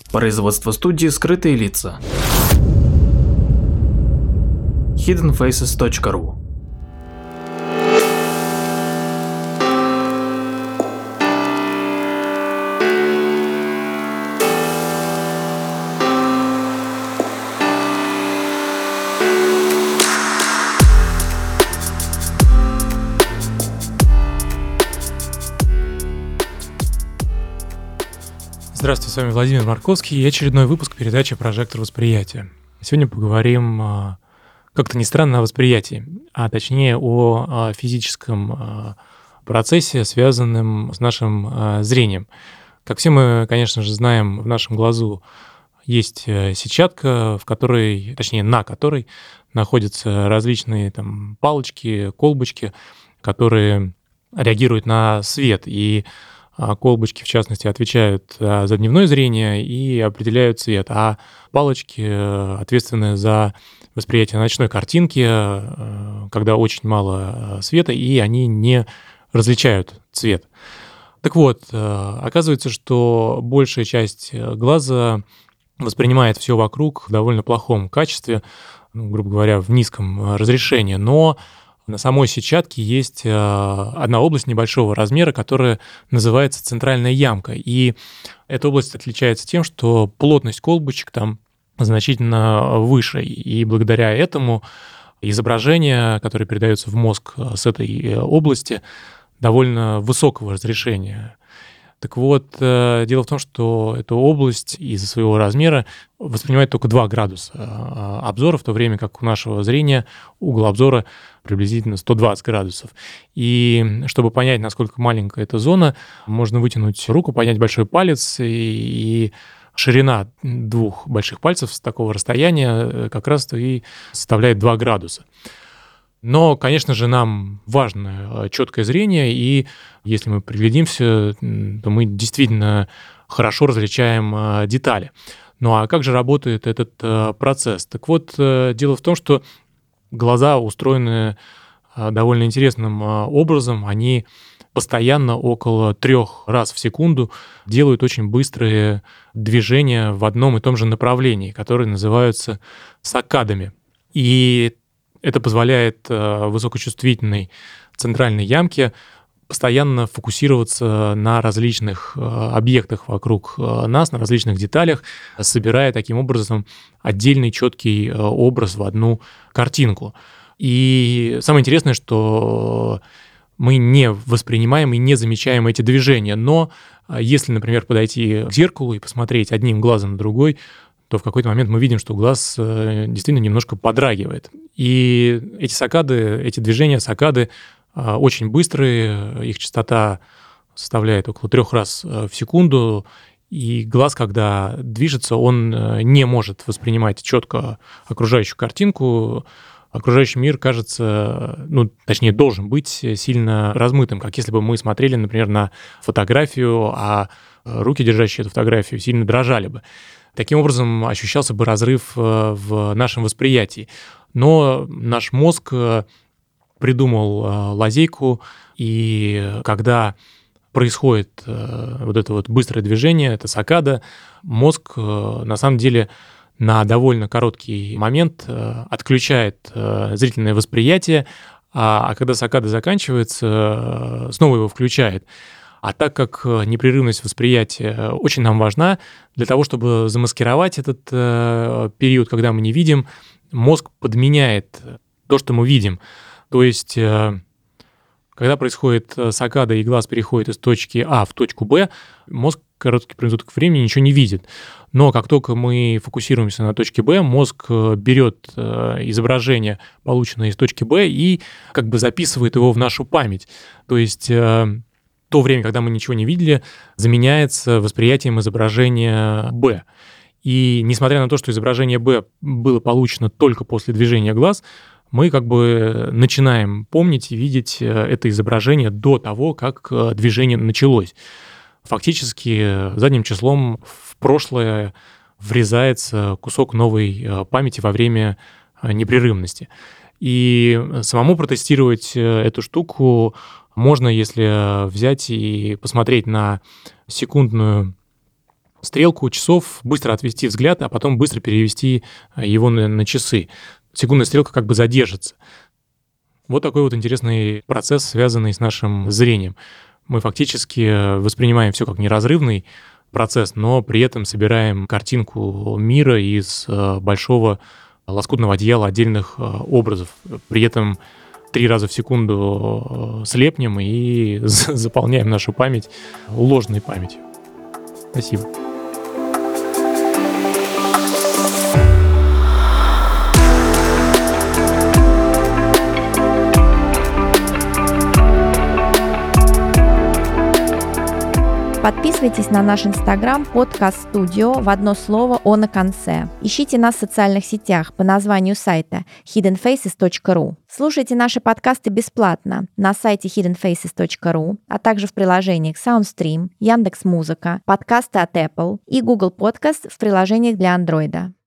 Производство студии «Скрытые лица». hiddenfaces.ru. Здравствуйте, с вами Владимир Марковский и очередной выпуск передачи «Прожектор восприятия». Сегодня поговорим, как-то не странно, о восприятии, а точнее о физическом процессе, связанном с нашим зрением. Как все мы, конечно же, знаем, в нашем глазу есть сетчатка, на которой находятся различные палочки, колбочки, которые реагируют на свет, и колбочки, в частности, отвечают за дневное зрение и определяют цвет, а палочки ответственны за восприятие ночной картинки, когда очень мало света, и они не различают цвет. Так вот, оказывается, что большая часть глаза воспринимает все вокруг в довольно плохом качестве, грубо говоря, в низком разрешении, но на самой сетчатке есть одна область небольшого размера, которая называется центральная ямка. И эта область отличается тем, что плотность колбочек там значительно выше. И благодаря этому изображения, которые передаются в мозг с этой области, довольно высокого разрешения. Так вот, дело в том, что эта область из-за своего размера воспринимает только 2 градуса обзора, в то время как у нашего зрения угол обзора приблизительно 120 градусов. И чтобы понять, насколько маленькая эта зона, можно вытянуть руку, поднять большой палец, и ширина 2 больших пальцев с такого расстояния как раз-то и составляет 2 градуса. Но, конечно же, нам важно четкое зрение, и если мы приглядимся, то мы действительно хорошо различаем детали. Ну а как же работает этот процесс? Так вот, дело в том, что глаза устроены довольно интересным образом. Они постоянно около 3 раз в секунду делают очень быстрые движения в одном и том же направлении, которые называются саккадами. И это позволяет высокочувствительной центральной ямке постоянно фокусироваться на различных объектах вокруг нас, на различных деталях, собирая таким образом отдельный четкий образ в одну картинку. И самое интересное, что мы не воспринимаем и не замечаем эти движения, но если, например, подойти к зеркалу и посмотреть одним глазом на другой, то в какой-то момент мы видим, что глаз действительно немножко подрагивает. И эти движения саккады очень быстрые, их частота составляет около 3 раз в секунду, и глаз, когда движется, он не может воспринимать четко окружающую картинку. Окружающий мир кажется, точнее, должен быть сильно размытым, как если бы мы смотрели, например, на фотографию, а руки, держащие эту фотографию, сильно дрожали бы. Таким образом, ощущался бы разрыв в нашем восприятии. Но наш мозг придумал лазейку, и когда происходит вот это вот быстрое движение, это саккада, мозг на самом деле на довольно короткий момент отключает зрительное восприятие, а когда саккада заканчивается, снова его включает. А так как непрерывность восприятия очень нам важна, для того, чтобы замаскировать этот период, когда мы не видим, мозг подменяет то, что мы видим. То есть, когда происходит саккада и глаз переходит из точки А в точку Б, мозг короткий промежуток времени ничего не видит. Но как только мы фокусируемся на точке Б, мозг берет изображение, полученное из точки Б, и как бы записывает его в нашу память. То есть то время, когда мы ничего не видели, заменяется восприятием изображения Б. И несмотря на то, что изображение Б было получено только после движения глаз, мы как бы начинаем помнить и видеть это изображение до того, как движение началось. Фактически задним числом в прошлое врезается кусок новой памяти во время непрерывности. И самому протестировать эту штуку можно, если взять и посмотреть на секундную стрелку часов, быстро отвести взгляд, а потом быстро перевести его на часы. Секундная стрелка как бы задержится. Вот такой вот интересный процесс, связанный с нашим зрением. Мы фактически воспринимаем все как неразрывный процесс, но при этом собираем картинку мира из большого лоскутного одеяла отдельных образов. При этом 3 раза в секунду слепнем и заполняем нашу память ложной памятью. Спасибо. Подписывайтесь на наш инстаграм подкаст студио в одно слово «О» на конце. Ищите нас в социальных сетях по названию сайта hiddenfaces.ru. Слушайте наши подкасты бесплатно на сайте hiddenfaces.ru, а также в приложениях SoundStream, Яндекс.Музыка, подкасты от Apple и Google Podcast в приложениях для Android.